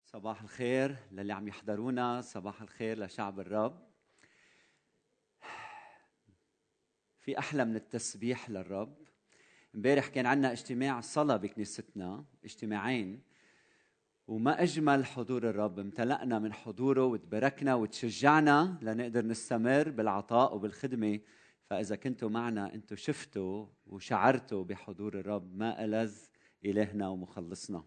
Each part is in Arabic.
صباح الخير للي عم يحضرونا، صباح الخير لشعب الرب. في أحلى من التسبيح للرب. امبارح كان عندنا اجتماع صلاة بكنيستنا، اجتماعين، وما أجمل حضور الرب. امتلأنا من حضوره وتباركنا وتشجعنا لنقدر نستمر بالعطاء وبالخدمة. فإذا كنتوا معنا أنتوا شفتوا وشعرتوا بحضور الرب، ما ألذ إلهنا ومخلصنا.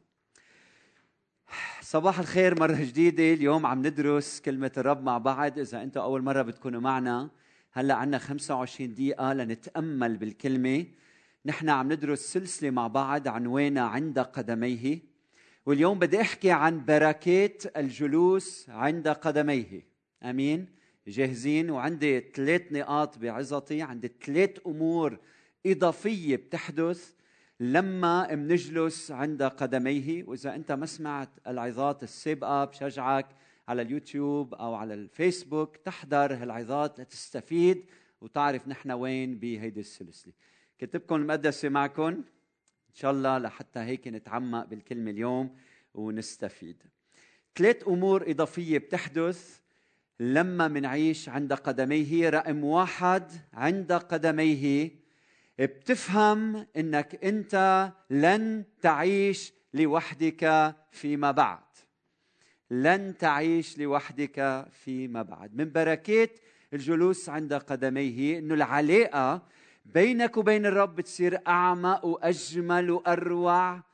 صباح الخير مرة جديدة. اليوم عم ندرس كلمة الرب مع بعض. إذا أنتوا أول مرة بتكونوا معنا، هلأ عنا 25 دقيقة لنتأمل بالكلمة. نحن عم ندرس سلسلة مع بعض عنوانها عند قدميه، واليوم بدي أحكي عن بركات الجلوس عند قدميه. أمين؟ جاهزين؟ وعندي 3 نقاط بعظتي. عندي 3 أمور إضافية بتحدث لما منجلس عند قدميه. وإذا أنت ما سمعت العظات السابقة، بشجعك على اليوتيوب أو على الفيسبوك تحضر هالعظات لتستفيد وتعرف نحن وين بهيدي السلسلة. كتبكم المقدسة معكم إن شاء الله لحتى هيك نتعمق بالكلمة اليوم ونستفيد. 3 أمور إضافية بتحدث لما منعيش عند قدميه. رقم 1، عند قدميه بتفهم انك انت لن تعيش لوحدك فيما بعد. لن تعيش لوحدك فيما بعد. من بركات الجلوس عند قدميه انه العلاقة بينك وبين الرب بتصير اعمق واجمل واروع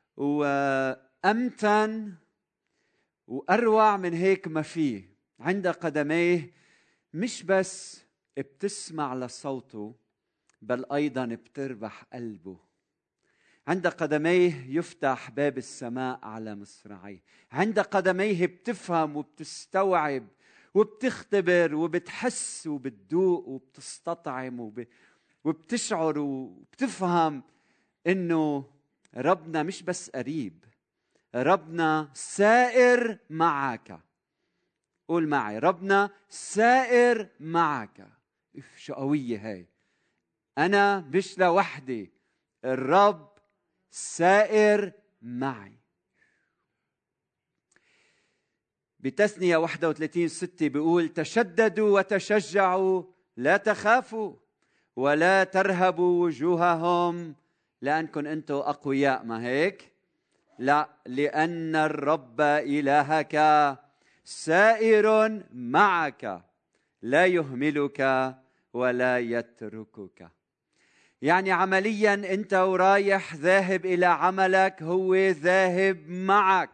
وامتن واروع من هيك ما فيه. عند قدميه مش بس بتسمع لصوته، بل أيضاً بتربح قلبه. عند قدميه يفتح باب السماء على مصراعيه. عند قدميه بتفهم وبتستوعب وبتختبر وبتحس وبتذوق وبتستطعم وبتشعر وبتفهم إنه ربنا مش بس قريب، ربنا سائر معك. قول معي: ربنا سائر معك. شو قوية هاي! أنا مش لوحدي، الرب سائر معي. بتثنية 31:6 بيقول: تشددوا وتشجعوا، لا تخافوا ولا ترهبوا وجوههم، لأنكم أنتم أقوياء. ما هيك؟ لا، لأن الرب إلهك سائر معك، لا يهملك ولا يتركك. يعني عملياً أنت ورايح ذاهب إلى عملك، هو ذاهب معك.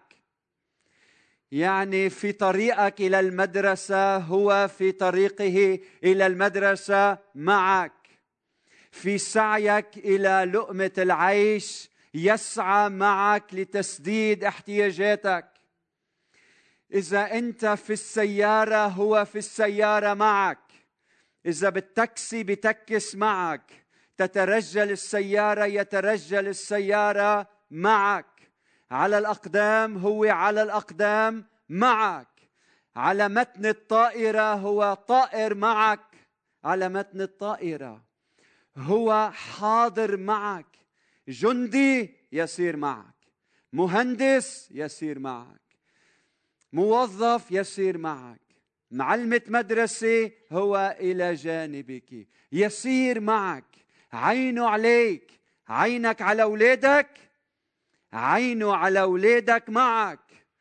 يعني في طريقك إلى المدرسة، هو في طريقه إلى المدرسة معك. في سعيك إلى لقمة العيش يسعى معك لتسديد احتياجاتك. إذا أنت في السيارة، هو في السيارة معك. إذا بالتاكسي بتكس معك. تترجل السيارة، يترجل السيارة معك. على الأقدام، هو على الأقدام معك. على متن الطائرة، هو طائر معك. على متن الطائرة هو حاضر معك. جندي يسير معك، مهندس يسير معك، موظف يسير معك، معلمة مدرسة هو إلى جانبك، يسير معك. عينه عليك، عينك على أولادك، عينه على أولادك معك.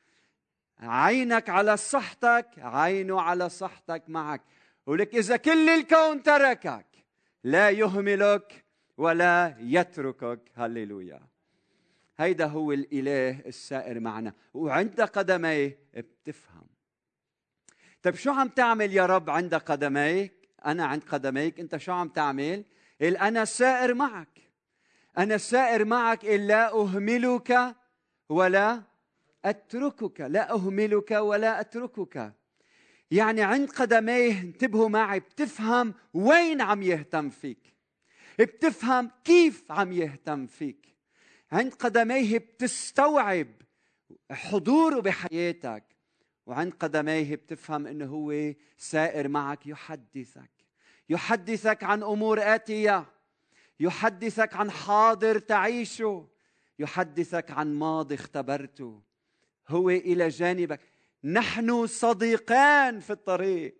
عينك على صحتك، عينه على صحتك معك. ولك إذا كل الكون تركك، لا يهملك ولا يتركك. هللويا. هيدا هو الإله السائر معنا، وعند قدميه بتفهم. طيب شو عم تعمل يا رب عند قدميك؟ أنا عند قدميك، أنت شو عم تعمل؟ أنا سائر معك. أنا سائر معك، لا أهملك ولا أتركك. لا أهملك ولا أتركك. يعني عند قدميه، انتبهوا معي، بتفهم وين عم يهتم فيك، بتفهم كيف عم يهتم فيك. عند قدميه بتستوعب حضوره بحياتك. وعند قدميه بتفهم انه هو سائر معك. يحدثك عن امور آتية، يحدثك عن حاضر تعيشه، يحدثك عن ماضي اختبرته، هو إلى جانبك، نحن صديقان في الطريق،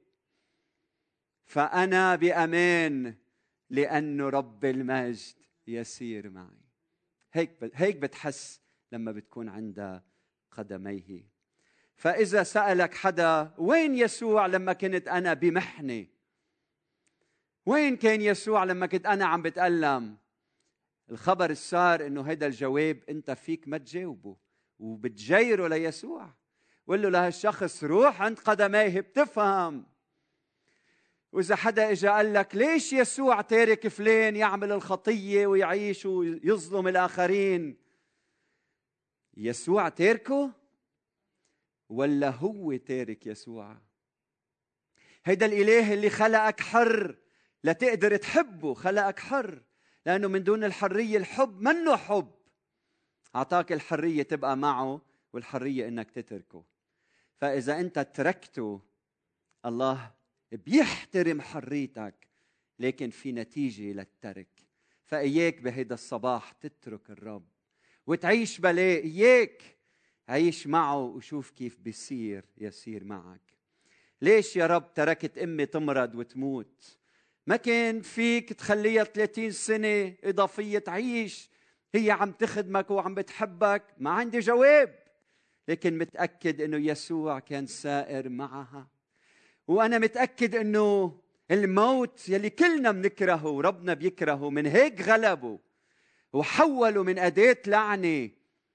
فأنا بأمان لأن رب المجد يسير معي. هيك بتحس لما بتكون عند قدميه. فإذا سألك حدا وين يسوع لما كنت أنا بمحنة، وين كان يسوع لما كنت أنا عم بتألم، الخبر السار إنه هيدا الجواب أنت فيك ما تجاوبه، وبتجيره ليسوع، وقل له لهالشخص روح عند قدميه بتفهم. وإذا حدا إجا قال لك ليش يسوع تارك فلان يعمل الخطية ويعيش ويظلم الآخرين، يسوع تاركه ولا هو تارك يسوع؟ هيدا الإله اللي خلقك حر لتقدر تحبه، خلقك حر، لأنه من دون الحرية الحب منه حب. أعطاك الحرية تبقى معه والحرية إنك تتركه. فإذا أنت تركته، الله بيحترم حريتك، لكن في نتيجة للترك. فإياك بهيدا الصباح تترك الرب وتعيش بلاه، إياك عيش معه وشوف كيف يسير معك. ليش يا رب تركت أمي تمرض وتموت؟ ما كان فيك تخليها 30 سنة إضافية تعيش، هي عم تخدمك وعم بتحبك. ما عندي جواب، لكن متأكد أنه يسوع كان سائر معها. وأنا متأكد أنه الموت يلي كلنا بنكرهه وربنا بيكرهه، من هيك غلبه وحوله من أداة لعنة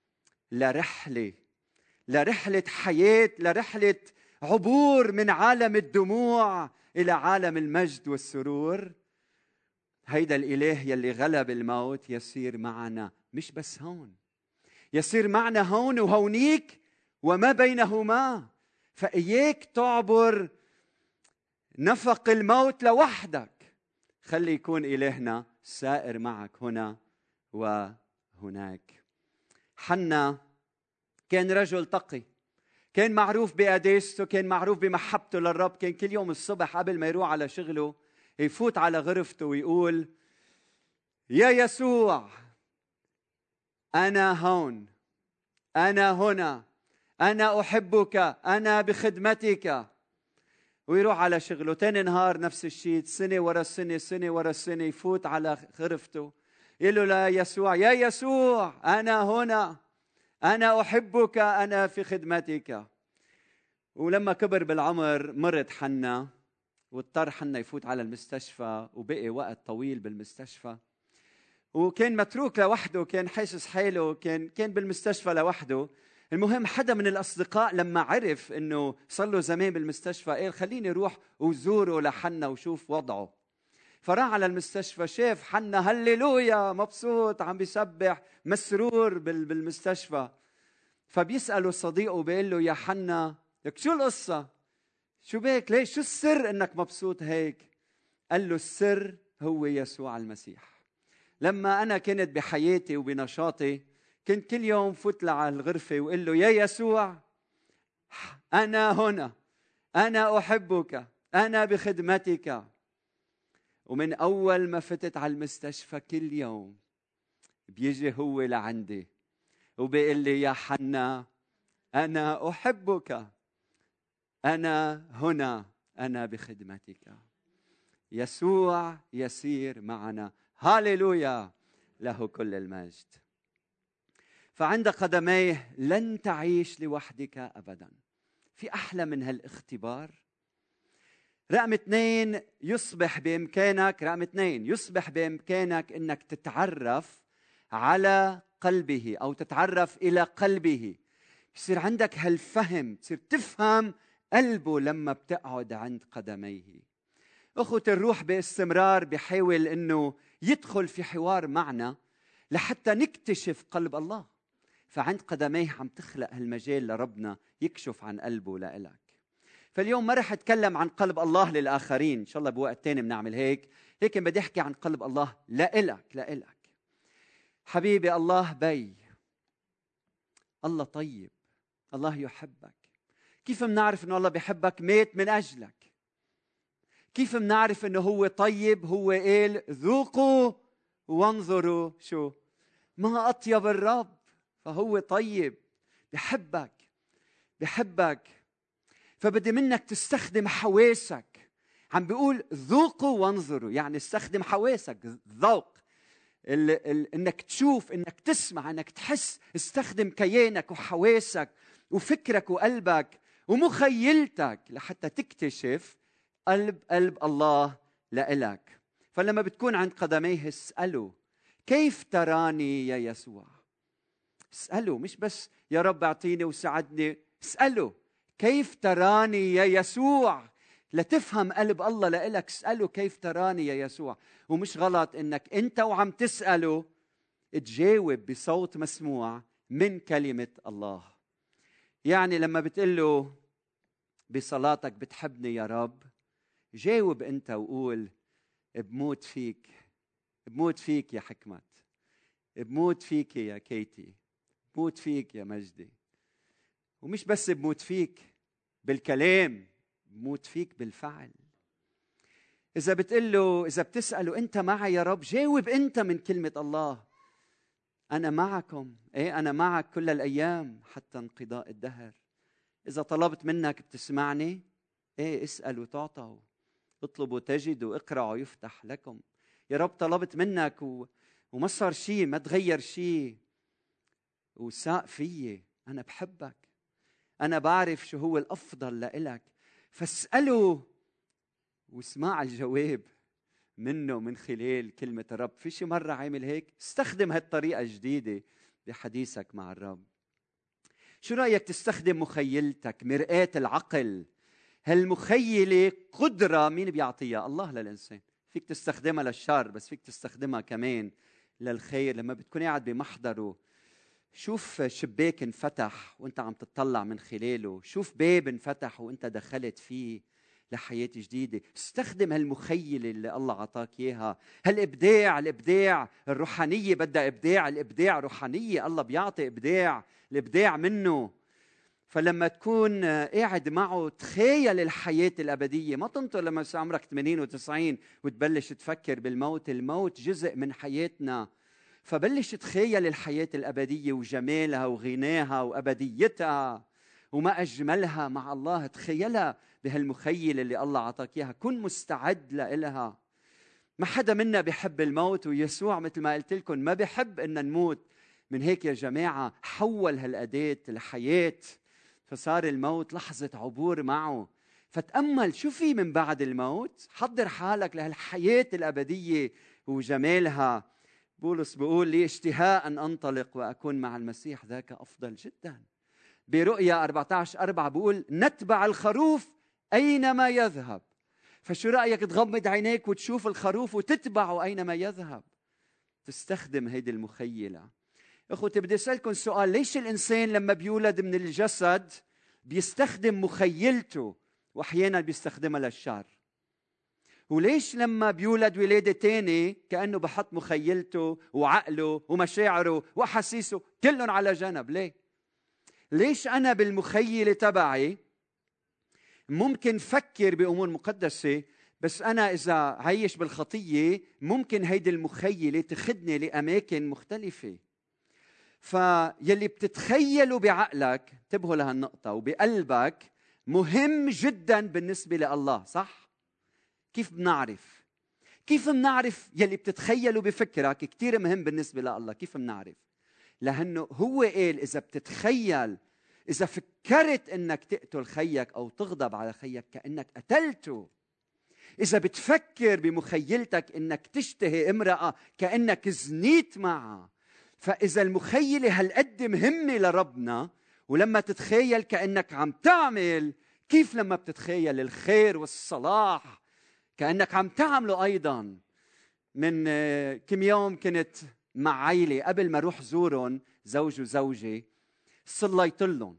لرحلة حياة، لرحلة عبور من عالم الدموع إلى عالم المجد والسرور. هيدا الإله يلي غلب الموت يسير معنا، مش بس هون، يسير معنا هون وهونيك وما بينهما. فإياك تعبر نفق الموت لوحدك، خلي يكون إلهنا سائر معك هنا وهناك. حنا كان رجل تقي، كان معروف بقداسته، كان معروف بمحبته للرب. كان كل يوم الصبح قبل ما يروح على شغله يفوت على غرفته ويقول يا يسوع أنا هون، أنا هنا، أنا أحبك، أنا بخدمتك. ويروح على شغله. تاني نهار نفس الشيء، سنة ورا سنة، سنة ورا سنة، يفوت على غرفته يقول له لا يسوع، يا يسوع أنا هنا، أنا أحبك، أنا في خدمتك. ولما كبر بالعمر مرض حنا، واضطر حنا يفوت على المستشفى، وبقي وقت طويل بالمستشفى، وكان متروك لوحده، كان حاسس حاله، كان بالمستشفى لوحده. المهم حدا من الأصدقاء لما عرف إنه صار له زمان بالمستشفى قال خليني روح وزوره لحنا وشوف وضعه. فراح على المستشفى، شاف حنا هللويا مبسوط عم بيسبح مسرور بالمستشفى. فبيسأله صديقه بيقول له يا حنا لك شو القصة؟ شو بيك؟ ليش؟ شو السر إنك مبسوط هيك؟ قال له السر هو يسوع المسيح. لما أنا كنت بحياتي وبنشاطي كنت كل يوم فوت على الغرفة وقل له يا يسوع أنا هنا، أنا أحبك، أنا بخدمتك. ومن أول ما فتت على المستشفى كل يوم بيجي هو لعندي وبيقول لي يا حنا أنا أحبك، أنا هنا، أنا بخدمتك. يسوع يسير معنا، هاليلويا، له كل المجد. فعند قدميه لن تعيش لوحدك أبدا. في أحلى من هالاختبار؟ رقم 2 يصبح بإمكانك أنك تتعرف على قلبه أو تتعرف إلى قلبه. يصير عندك هالفهم، تصير تفهم قلبه لما بتقعد عند قدميه. أخوة الروح باستمرار بيحاول أنه يدخل في حوار معنا لحتى نكتشف قلب الله. فعند قدميه عم تخلق هالمجال لربنا يكشف عن قلبه لإلك. فاليوم ما رح أتكلم عن قلب الله للآخرين، إن شاء الله بوقت تاني بنعمل هيك، لكن بدي أحكي عن قلب الله لإلك. حبيبي الله بي، الله طيب، الله يحبك. كيف منعرف أنه الله بيحبك؟ مات من أجلك. كيف منعرف أنه هو طيب؟ هو قال ذوقوا وانظروا شو ما أطيب الرب. فهو طيب، بيحبك، بحبك. فبدي منك تستخدم حواسك. عم بيقول ذوقوا وانظروا، يعني استخدم حواسك، ذوق، انك تشوف، انك تسمع، انك تحس. استخدم كيانك وحواسك وفكرك وقلبك ومخيلتك لحتى تكتشف قلب الله لإلك. فلما بتكون عند قدميه اسأله كيف تراني يا يسوع. اسأله، مش بس يا رب اعطيني وساعدني، اسأله كيف تراني يا يسوع. لتفهم قلب الله لإلك اسأله كيف تراني يا يسوع. ومش غلط انك انت وعم تسأله تجاوب بصوت مسموع من كلمة الله. يعني لما بتقول له بصلاتك بتحبني يا رب، جاوب انت وقول بموت فيك، بموت فيك يا حكمت، بموت فيك يا كيتي، بموت فيك يا مجدي. ومش بس بموت فيك بالكلام، بموت فيك بالفعل. إذا بتقول له، إذا بتسأله أنت معي يا رب، جاوب أنت من كلمة الله أنا معكم، إيه أنا معك كل الأيام حتى انقضاء الدهر. إذا طلبت منك بتسمعني، إيه اسألوا تعطوا، اطلبوا تجدوا، اقرعوا يفتح لكم. يا رب طلبت منك وما صار شيء، ما تغير شيء، وساق فيي، أنا بحبك، أنا بعرف شو هو الأفضل لإلك. فاسأله واسمع الجواب منه من خلال كلمة الرب. في شي مرة عامل هيك؟ استخدم هالطريقة الجديدة بحديثك مع الرب. شو رأيك تستخدم مخيلتك، مرآة العقل؟ هالمخيلة قدرة مين بيعطيها؟ الله للإنسان. فيك تستخدمها للشر، بس فيك تستخدمها كمان للخير. لما بتكون قاعد بمحضره، شوف شباك انفتح وانت عم تطلع من خلاله، شوف باب انفتح وانت دخلت فيه لحياة جديدة. استخدم هالمخيلة اللي الله عطاك إياها. الإبداع الروحانية بدها الإبداع روحانية. الله بيعطي الإبداع منه. فلما تكون قاعد معه تخيل الحياة الأبدية. ما تنطر لما يصير عمرك 80 و90 وتبلش تفكر بالموت. الموت جزء من حياتنا. فبلش تخيل الحياة الأبدية وجمالها وغناها وأبديتها وما أجملها مع الله. تخيلها بهالمخيلة اللي الله عطاك إياها. كن مستعد لإلها. ما حدا منا بيحب الموت، ويسوع مثل ما قلت لكم ما بيحب إن نموت. من هيك يا جماعة حول هالأداة الحياة، فصار الموت لحظة عبور معه. فتأمل شو في من بعد الموت. حضر حالك لهالحياة الأبدية وجمالها. بولس بيقول لي اشتهاء أن أنطلق وأكون مع المسيح، ذاك أفضل جدا. برؤيا 14:4 بيقول نتبع الخروف أينما يذهب. فشو رأيك تغمض عينيك وتشوف الخروف وتتبعه أينما يذهب؟ تستخدم هيدي المخيلة. أخوتي بدي أسألكم سؤال. ليش الإنسان لما بيولد من الجسد بيستخدم مخيلته وأحيانا بيستخدمها للشر؟ وليش لما بيولد ولادة تاني كأنه بحط مخيلته وعقله ومشاعره وأحاسيسه كلهم على جنب؟ ليه؟ ليش أنا بالمخيلة تبعي ممكن فكر بأمور مقدسة، بس أنا إذا عايش بالخطية ممكن هيدي المخيلة تخدني لأماكن مختلفة؟ فيلي بتتخيله بعقلك، انتبهوا لهالنقطة، وبقلبك مهم جدا بالنسبة لله، صح؟ كيف بنعرف؟ يلي بتتخيله بفكرك كتير مهم بالنسبة لله. كيف بنعرف؟ لأنه هو قال إذا بتتخيل، إذا فكرت إنك تقتل خيك أو تغضب على خيك كأنك قتلته. إذا بتفكر بمخيلتك إنك تشتهي امرأة كأنك زنيت معها. فإذا المخيلة هالقد مهمة لربنا، ولما تتخيل كأنك عم تعمل، كيف لما بتتخيل الخير والصلاح كأنك عم تعمله أيضا. من كم يوم كنت مع عائلة قبل ما أروح زورهم، زوج وزوجة، صليت لهم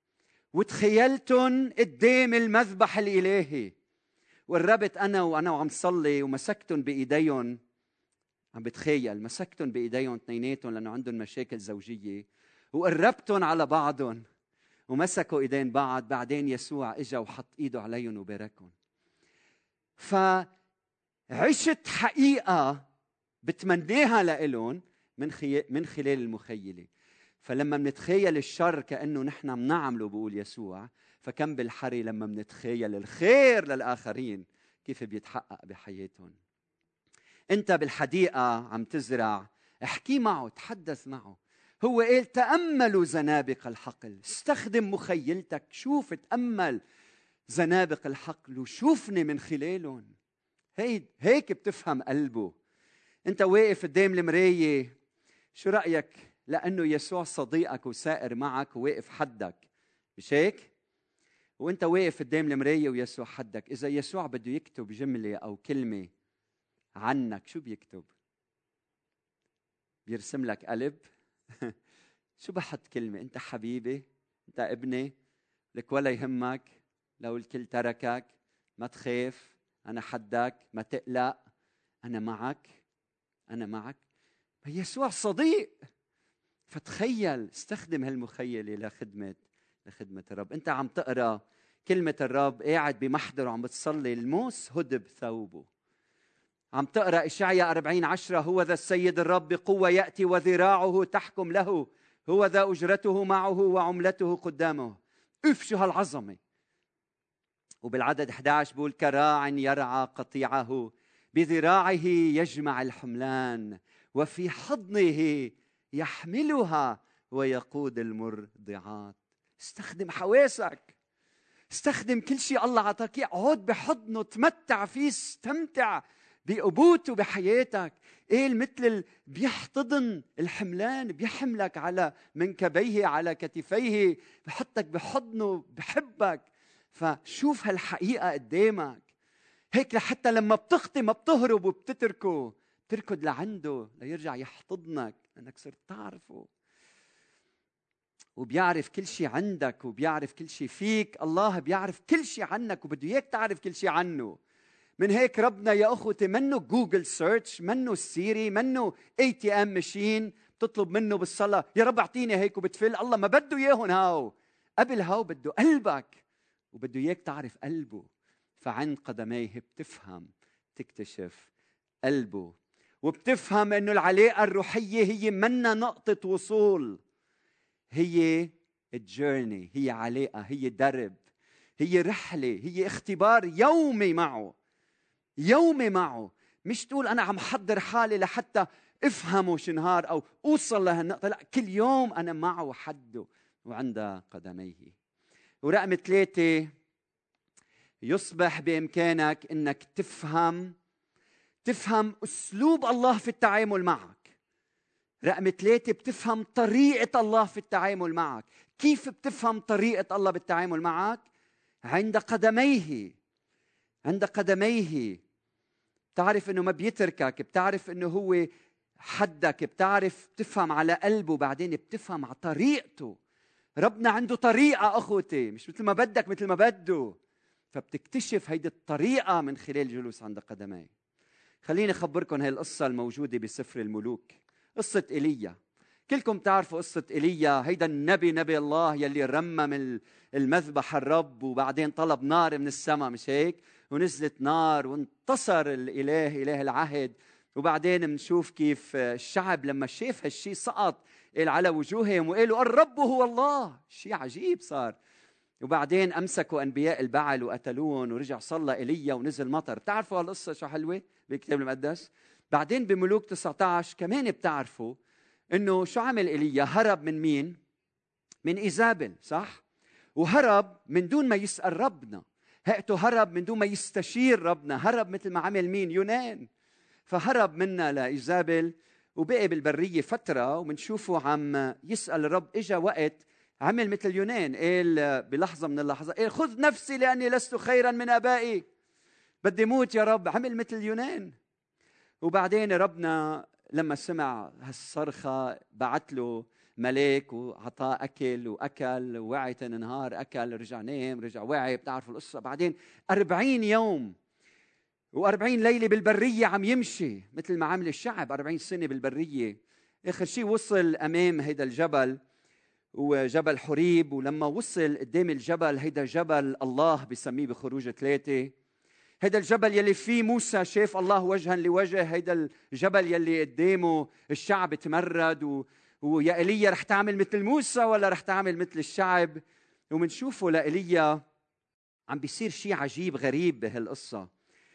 وتخيلتهم قدام المذبح الإلهي، وقربت أنا وعم صلي ومسكتهم بإيديهم. عم بتخيل مسكتهم بإيديهم اثنيناتهم لأنه عندهم مشاكل زوجية، وقربتهم على بعضهم ومسكوا إيدين بعض. بعدين يسوع إجا وحط إيده عليهم وباركهم. فعشت حقيقة بتمناها لإلهم من خلال المخيلة. فلما منتخيل الشر كأنه نحن منعمله بقول يسوع، فكم بالحري لما منتخيل الخير للآخرين كيف بيتحقق بحياتهم. أنت بالحديقة عم تزرع، احكي معه، تحدث معه. هو قال تأملوا زنابق الحقل، استخدم مخيلتك، شوف، تأمل زنابق الحقل وشوفني من خلالهم. هيك بتفهم قلبه. أنت واقف قدام المراية، شو رأيك؟ لأنه يسوع صديقك وسائر معك وواقف حدك، مش هيك؟ وأنت واقف قدام المراية ويسوع حدك، إذا يسوع بده يكتب جملة أو كلمة عنك شو بيكتب؟ بيرسم لك قلب؟ شو بحط كلمة؟ أنت حبيبي، أنت ابني، لك ولا يهمك لو الكل تركك، ما تخاف، أنا حدك، ما تقلق، أنا معك، أنا معك. يسوع صديق. فتخيل، استخدم هالمخيلة لخدمة الرب. أنت عم تقرأ كلمة الرب، قاعد بمحضر وعم بتصلي، الموس هدب ثوبه. عم تقرأ إشعياء 40:10، هو ذا السيد الرب بقوة يأتي وذراعه تحكم له، هو ذا أجرته معه وعملته قدامه. شو هالعظمة. وبالعدد 11 بقول كراع يرعى قطيعه، بذراعه يجمع الحملان، وفي حضنه يحملها ويقود المرضعات. استخدم حواسك، استخدم كل شيء الله عطاك، اقعد بحضنه، تمتع فيه، استمتع بأبوته بحياتك. قال مثل بيحتضن الحملان، بيحملك على منكبيه على كتفيه، بحطك بحضنه، بحبك. فشوف هالحقيقة قدامك. هيك لحتى لما بتخطي ما بتهرب وبتتركه، تركض لعنده ليرجع يحتضنك، لأنك صرت تعرفه وبيعرف كل شيء عندك وبيعرف كل شيء فيك. الله بيعرف كل شيء عنك وبده اياك تعرف كل شيء عنه. من هيك ربنا يا أخوتي منه جوجل سيرش، منه سيري، منه ATM ماشين بتطلب منه بالصلاة يا رب اعطيني هيك وبتفل. الله ما بده اياهم هاو، قبل هاو بده قلبك وبده اياك تعرف قلبه. فعند قدميه بتفهم، تكتشف قلبه، وبتفهم انه العلاقة الروحية هي منا نقطة وصول، هي الجيرني، هي علاقة، هي درب، هي رحلة، هي اختبار يومي معه، يومي معه. مش تقول أنا عم حضر حالي لحتى افهمه شنهار أو أوصل لهالنقطة، لا، كل يوم أنا معه حده وعند قدميه. ورقم 3، يصبح بإمكانك أنك تفهم أسلوب الله في التعامل معك. رقم 3، بتفهم طريقة الله في التعامل معك. كيف بتفهم طريقة الله بالتعامل معك؟ عند قدميه، عند قدميه. بتعرف انه ما بيتركك، بتعرف انه هو حدك، بتعرف تفهم على قلبه، بعدين بتفهم على طريقته. ربنا عنده طريقة أخوتي، مش مثل ما بدك مثل ما بده. فبتكتشف هيدي الطريقة من خلال جلوس عند قدميه. خليني أخبركم هاي القصة الموجودة بسفر الملوك، قصة إيليا. كلكم تعرفوا قصة إيليا، هيدا النبي، نبي الله يلي رمم المذبح الرب وبعدين طلب نار من السماء، مش هيك؟ ونزلت نار وانتصر الإله، إله العهد. وبعدين بنشوف كيف الشعب لما شاف هالشي سقط على وجوههم وقالوا الرب هو الله. شيء عجيب صار. وبعدين أمسكوا أنبياء البعل وقتلوهم، ورجع صلى إيليا ونزل مطر. بتعرفوا هالقصة شو حلوة بالكتاب المقدس؟ بعدين بملوك 19 كمان بتعرفوا إنه شو عمل إيليا؟ هرب من مين؟ من إيزابل، صح؟ وهرب من دون ما يسأل ربنا. هيئته هرب من دون ما يستشير ربنا، هرب مثل ما عمل مين؟ يونان. فهرب منا لإيزابل وبقي بالبرية فترة، ومنشوفه عم يسأل الرب. إجا وقت عمل مثل يونان، قال بلحظة من اللحظات، قال خذ نفسي لأني لست خيرا من آبائي، بدي موت يا رب. عمل مثل يونان. وبعدين ربنا لما سمع هالصرخة بعت له ملاك وعطاه أكل، وأكل ووعي نهار، أكل رجع نام، رجع وعي. بتعرفوا القصة. بعدين 40 يوم و40 ليلة بالبرية عم يمشي مثل ما عمل الشعب 40 سنة بالبرية. آخر شيء وصل أمام هيدا الجبل، وجبل حريب. ولما وصل قدام الجبل، هيدا جبل الله بسميه بخروج 3، هيدا الجبل يلي فيه موسى شاف الله وجها لوجه، هيدا الجبل يلي قدامه الشعب تمرد ويا ايليا رح تعمل مثل موسى ولا رح تعمل مثل الشعب؟ ومنشوفه لإيليا عم بيصير شيء عجيب غريب بهالقصة.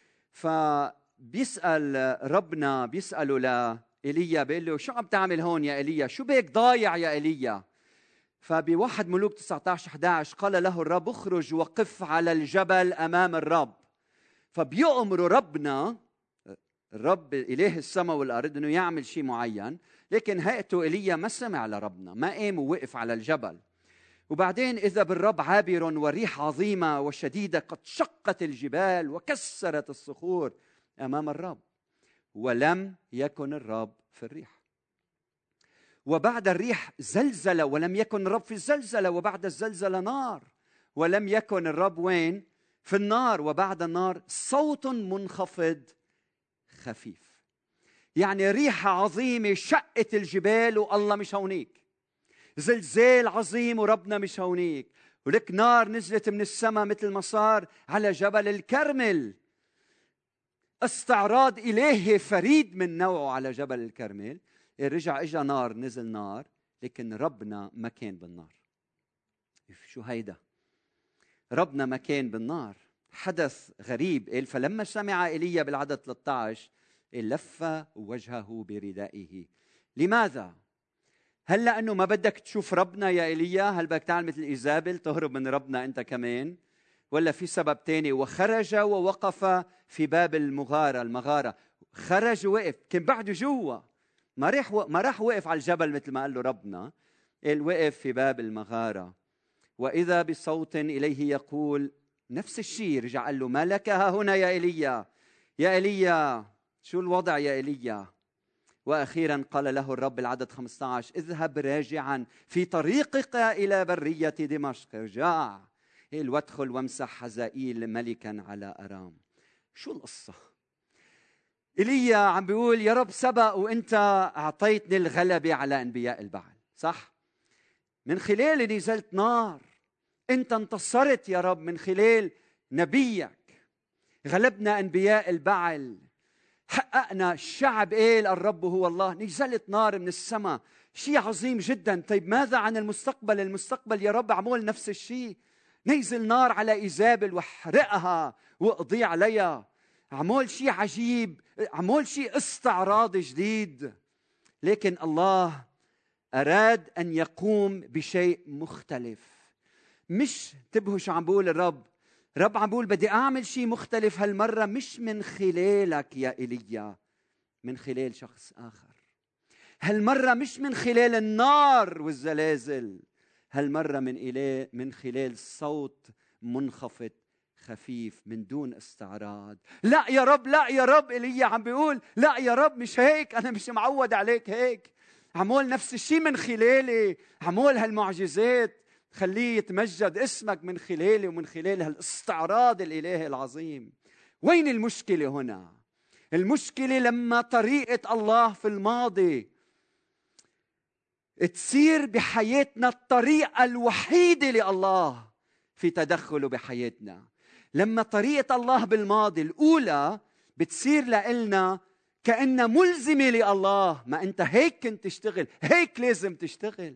فبيسأل ربنا، بيسأله لإيليا، بيقول له شو عم تعمل هون يا إيليا؟ شو بيك ضايع يا إيليا؟ فبواحد ملوك 19:11 قال له الرب اخرج وقف على الجبل أمام الرب. فبيأمر ربنا، الرب إله السماء والأرض، إنه يعمل شيء معين، لكن هيئته إيليا ما سمع لربنا، ما قام ووقف على الجبل. وبعدين إذا بالرب عابر وريح عظيمة وشديدة قد شقت الجبال وكسرت الصخور أمام الرب، ولم يكن الرب في الريح. وبعد الريح زلزلة ولم يكن الرب في الزلزلة، وبعد الزلزلة نار ولم يكن الرب وين؟ في النار، وبعد النار صوت منخفض خفيف. يعني ريحة عظيمة شقت الجبال والله مش هونيك، زلزال عظيم وربنا مش هونيك، ولك نار نزلت من السماء مثل ما صار على جبل الكرمل، استعراض إلهي فريد من نوعه على جبل الكرمل. رجع اجا نار، نزل نار، لكن ربنا ما كان بالنار. شو هيدا؟ ربنا ما كان بالنار. حدث غريب. قال فلما سمع ايليا بالعدد 13 لف وجهه بردائه. لماذا؟ هل لأنه ما بدك تشوف ربنا يا ايليا؟ هل بدك تعمل مثل إيزابل تهرب من ربنا أنت كمان؟ ولا في سبب تاني؟ وخرج ووقف في باب المغارة. خرج ووقف، كان بعده جوا، ما راح وقف على الجبل مثل ما قال له ربنا، قال وقف في باب المغارة. وإذا بصوت إليه يقول نفس الشيء، رجع قال له ما لك ها هنا يا ايليا؟ يا ايليا شو الوضع يا ايليا؟ وأخيرا قال له الرب العدد 15 اذهب راجعا في طريقك إلى برية دمشق. ارجع وادخل وامسح حزائيل ملكا على أرام. شو القصة؟ إيليا عم بيقول يا رب سبق وانت اعطيتني الغلبة على انبياء البعل، صح؟ من خلال نزلت نار، انت انتصرت يا رب من خلال نبيك، غلبنا انبياء البعل، حققنا. الشعب قال الرب هو الله، نزلت نار من السماء، شيء عظيم جدا. طيب ماذا عن المستقبل؟ المستقبل يا رب عمول نفس الشيء، نزل نار على إيزابل واحرقها واقضي عليها. عمول شيء عجيب، عمول شيء استعراض جديد. لكن الله أراد أن يقوم بشيء مختلف. مش انتبهوا شو عم بقول الرب عم بقول بدي أعمل شيء مختلف هالمرة، مش من خلالك يا إيليا، من خلال شخص آخر. هالمرة مش من خلال النار والزلازل، هالمرة من خلال صوت منخفض خفيف من دون استعراض. لا يا رب، لا يا رب. إيليا عم بيقول لا يا رب، مش هيك، أنا مش معود عليك هيك. عمول نفس الشيء من خلالي، عمول هالمعجزات، خليه يتمجد اسمك من خلالي ومن خلال هالاستعراض الإلهي العظيم. وين المشكلة هنا؟ المشكلة لما طريقة الله في الماضي تصير بحياتنا الطريقة الوحيدة لله في تدخله بحياتنا. لما طريقة الله بالماضي الأولى بتصير لنا كأنها ملزمة لله، ما أنت هيك كنت تشتغل، هيك لازم تشتغل.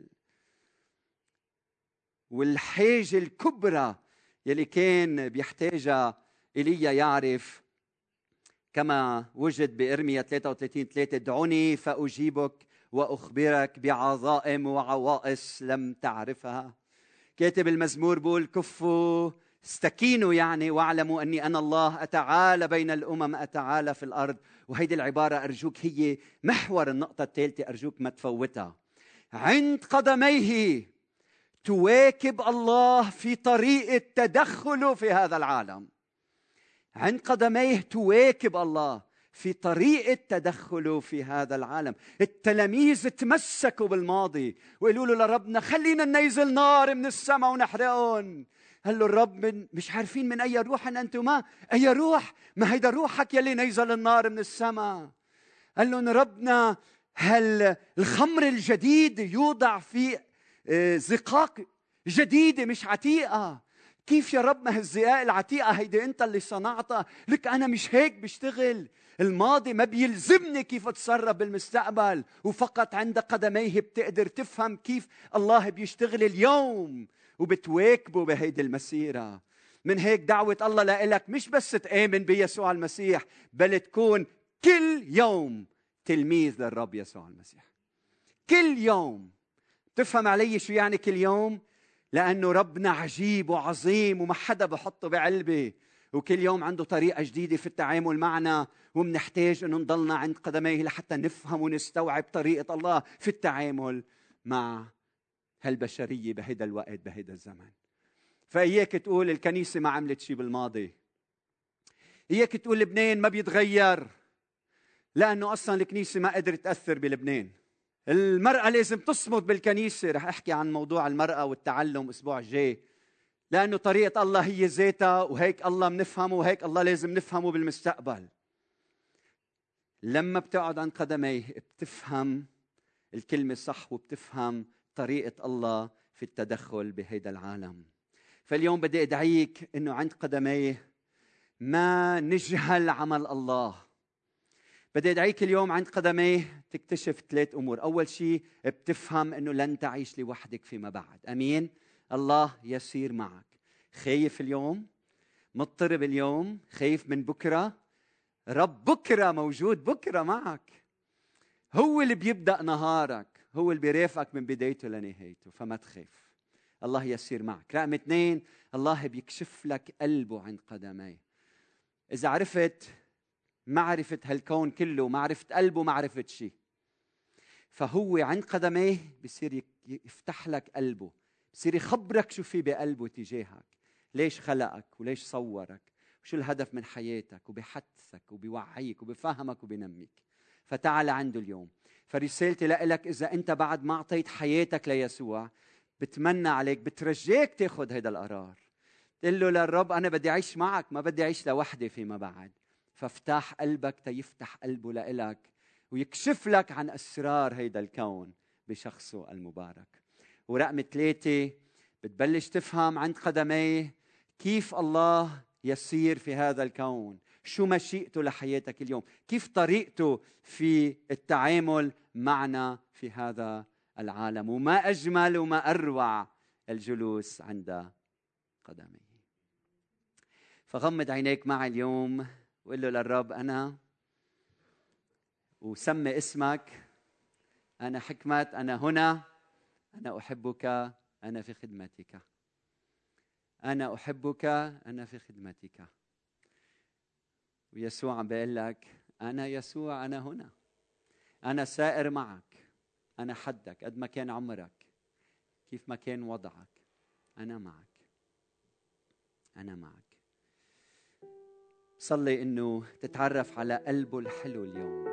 والحاجة الكبرى يلي كان بيحتاجها إيليا يعرف، كما وجد بإرميا 33:3 ادعوني فأجيبك وأخبرك بعظائم وعوائص لم تعرفها. كاتب المزمور بقول كفوا استكينوا، يعني واعلموا أني أنا الله أتعالى بين الأمم أتعالى في الأرض. وهيدي العبارة أرجوك هي محور النقطة الثالثة، أرجوك ما تفوتها. عند قدميه تواكب الله في طريقة تدخله في هذا العالم. عند قدميه تواكب الله في طريقة تدخله في هذا العالم. التلاميذ تمسكوا بالماضي وقالوا له لربنا خلينا ننزل نار من السماء ونحرقهم. قال له الرب مش عارفين من أي روح أنتما؟ أي روح؟ ما هيدا روحك يلي نزل النار من السماء. قال لهم ربنا هل الخمر الجديد يوضع في زقاق جديدة مش عتيقة، كيف يا رب؟ ما هالزقاق العتيقة هيدي أنت اللي صنعتها. لك أنا مش هيك بشتغل. الماضي ما بيلزمني كيف أتصرف بالمستقبل، وفقط عند قدميه بتقدر تفهم كيف الله بيشتغل اليوم وبتواكبه بهيدي المسيرة. من هيك دعوة الله لإلك مش بس تآمن بيسوع المسيح، بل تكون كل يوم تلميذ للرب يسوع المسيح. كل يوم. تفهم علي شو يعني كل يوم؟ لأنه ربنا عجيب وعظيم وما حدا بحطه بعلبة، وكل يوم عنده طريقة جديدة في التعامل معنا، ومنحتاج أنه نضلنا عند قدميه لحتى نفهم ونستوعب طريقة الله في التعامل مع هالبشرية بهيدا الوقت بهيدا الزمن. فإياك تقول الكنيسة ما عملت شيء بالماضي، إياك تقول لبنان ما بيتغير، لأنه أصلا الكنيسة ما قدرت تأثر بلبنان. المرأة لازم تصمت بالكنيسة. رح أحكي عن موضوع المرأة والتعلم الأسبوع الجاي، لأنه طريقة الله هي ذاتها، وهيك الله منفهمه، وهيك الله لازم نفهمه بالمستقبل. لما بتقعد عند قدميه بتفهم الكلمة صح، وبتفهم طريقة الله في التدخل بهيدا العالم. فاليوم بدي أدعيك أنه عند قدميه ما نجهل عمل الله. بدي أدعيك اليوم عند قدميه تكتشف 3 أمور. أول شيء بتفهم أنه لن تعيش لوحدك فيما بعد. أمين. الله يسير معك. خايف اليوم، مضطرب اليوم، خايف من بكرة، رب بكرة موجود، بكرة معك. هو اللي بيبدأ نهارك، هو اللي بيرافقك من بدايته لنهايته، فما تخاف. الله يسير معك. رقم 2، الله بيكشف لك قلبه عند قدميه. إذا عرفت معرفة هالكون كله، معرفة قلبه، معرفة شيء، فهو عند قدميه بيصير يفتح لك قلبه، بيصير يخبرك شو في بقلبه تجاهك، ليش خلقك وليش صورك وشو الهدف من حياتك، وبيحثك وبيوعيك وبيفهمك وبينميك. فتعال عنده اليوم. فرسالتي لك، إذا أنت بعد ما أعطيت حياتك ليسوع، بتمنى عليك، بترجاك تاخذ هذا القرار. تقول له للرب أنا بدي أعيش معك، ما بدي أعيش لوحدي فيما بعد. فافتح قلبك تيفتح قلبه لإلك ويكشف لك عن أسرار هيدا الكون بشخصه المبارك. ورقم 3، بتبلش تفهم عند قدميه كيف الله يسير في هذا الكون، شو مشيئته لحياتك اليوم، كيف طريقته في التعامل معنا في هذا العالم. وما أجمل وما أروع الجلوس عند قدميه. فغمض عينيك معي اليوم وقل له للرب أنا، وسمي اسمك. أنا حكمة، أنا هنا، أنا أحبك، أنا في خدمتك. أنا أحبك، أنا في خدمتك. ويسوع عم بيقول لك أنا يسوع، أنا هنا، أنا سائر معك، أنا حدك قد ما كان عمرك، كيف ما كان وضعك، أنا معك، أنا معك. صلي إنه تتعرف على قلبه الحلو اليوم،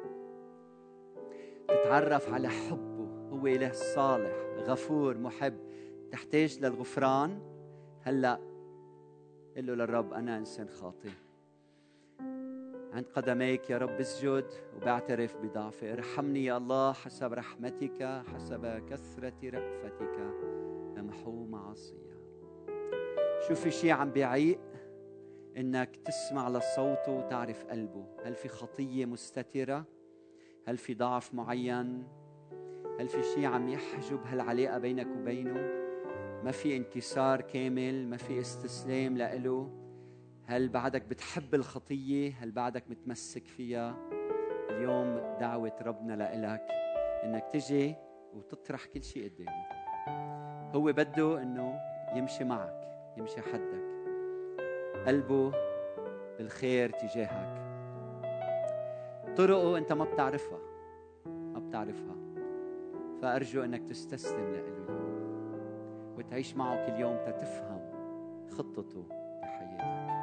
تتعرف على حبه. هو إله صالح غفور محب. تحتاج للغفران هلأ، قل له للرب أنا إنسان خاطئ، عند قدميك يا رب اسجد وبعترف بضعفي. ارحمني يا الله حسب رحمتك، حسب كثرة رأفتك امحو معصية. شو في شيء عم بيعيق إنك تسمع لصوته وتعرف قلبه؟ هل في خطية مستترة؟ هل في ضعف معين؟ هل في شيء عم يحجب هالعلاقة بينك وبينه؟ ما في انكسار كامل، ما في استسلام لإله؟ هل بعدك بتحب الخطية؟ هل بعدك متمسك فيها؟ اليوم دعوة ربنا لإلك إنك تجي وتطرح كل شيء قدامه. هو بده إنه يمشي معك، يمشي حدك، قلبه بالخير تجاهك. طرقه أنت ما بتعرفها، ما بتعرفها. فأرجو أنك تستسلم له اليوم وتعيش معه كل يوم تتفهم خطته بحياتك.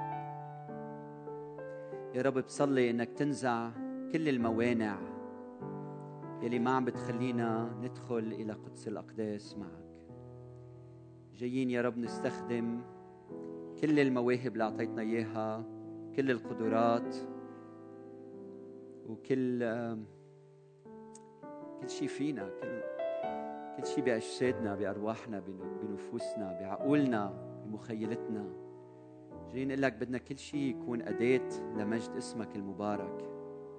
يا رب بصلي أنك تنزع كل الموانع يلي ما عم بتخلينا ندخل إلى قدس الأقداس معك. جايين يا رب نستخدم كل المواهب اللي أعطيتنا إياها، كل القدرات، وكل شيء فينا، كل شيء بأجسادنا، بأرواحنا، بنفوسنا، بعقولنا، بمخيلتنا. جايين نقول لك بدنا كل شيء يكون أداة لمجد اسمك المبارك.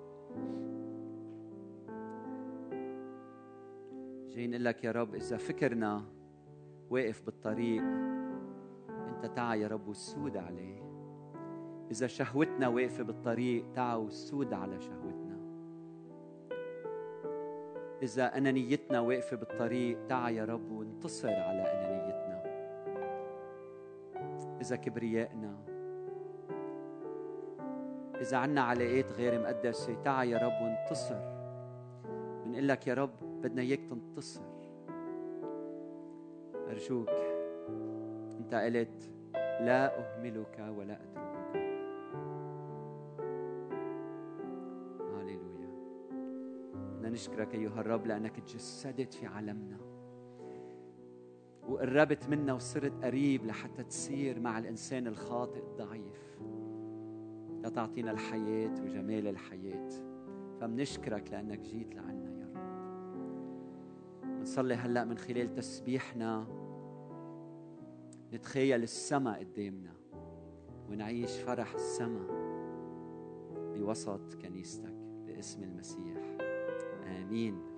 جايين نقول لك يا رب إذا فكرنا واقف بالطريق أنت تعا يا رب وسود عليه. إذا شهوتنا واقفة بالطريق تعا وسود على شهوتنا. إذا أنانيتنا واقفة بالطريق تعا يا رب وانتصر على أنانيتنا. إذا كبريائنا، إذا عنا علاقات غير مقدسة تعا يا رب وانتصر. بنقول لك يا رب بدنا إياك تنتصر. أرجوك، أنت قلت لا أهملك ولا أتركك. هاليلويا. بدنا نشكرك أيها الرب لأنك تجسدت في عالمنا وقربت منا وصرت قريب لحتى تصير مع الإنسان الخاطئ الضعيف لتعطينا الحياة وجمال الحياة. فمنشكرك لأنك جيت لعنا يا رب. نصلي هلأ من خلال تسبيحنا نتخيل السماء قدامنا ونعيش فرح السماء بوسط كنيستك باسم المسيح. آمين.